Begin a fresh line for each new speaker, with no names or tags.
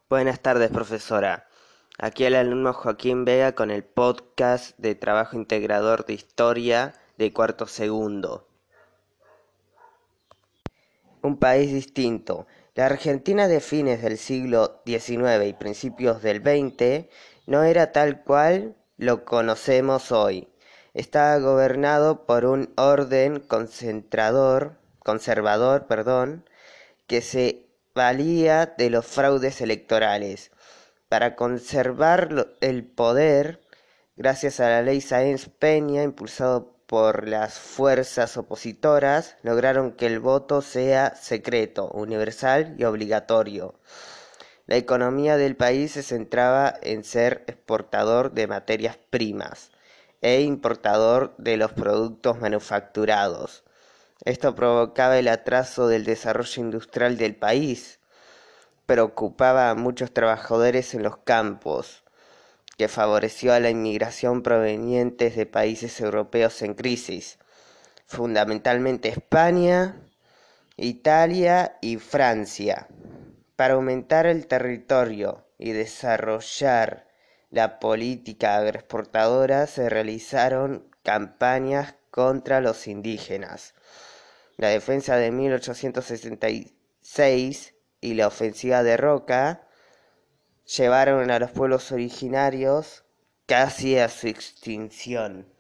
Buenas tardes, profesora. Aquí el alumno Joaquín Vega con el podcast de trabajo integrador de historia de cuarto segundo. Un país distinto. La Argentina de fines del siglo XIX y principios del XX no era tal cual lo conocemos hoy. Estaba gobernado por un orden conservador, que se valía de los fraudes electorales. Para conservar el poder, gracias a la ley Sáenz Peña, impulsado por las fuerzas opositoras, lograron que el voto sea secreto, universal y obligatorio. La economía del país se centraba en ser exportador de materias primas e importador de los productos manufacturados. Esto provocaba el atraso del desarrollo industrial del país, preocupaba a muchos trabajadores en los campos, que favoreció a la inmigración provenientes de países europeos en crisis, fundamentalmente España, Italia y Francia. Para aumentar el territorio y desarrollar la política agroexportadora se realizaron campañas contra los indígenas. La defensa de 1866 y la ofensiva de Roca llevaron a los pueblos originarios casi a su extinción.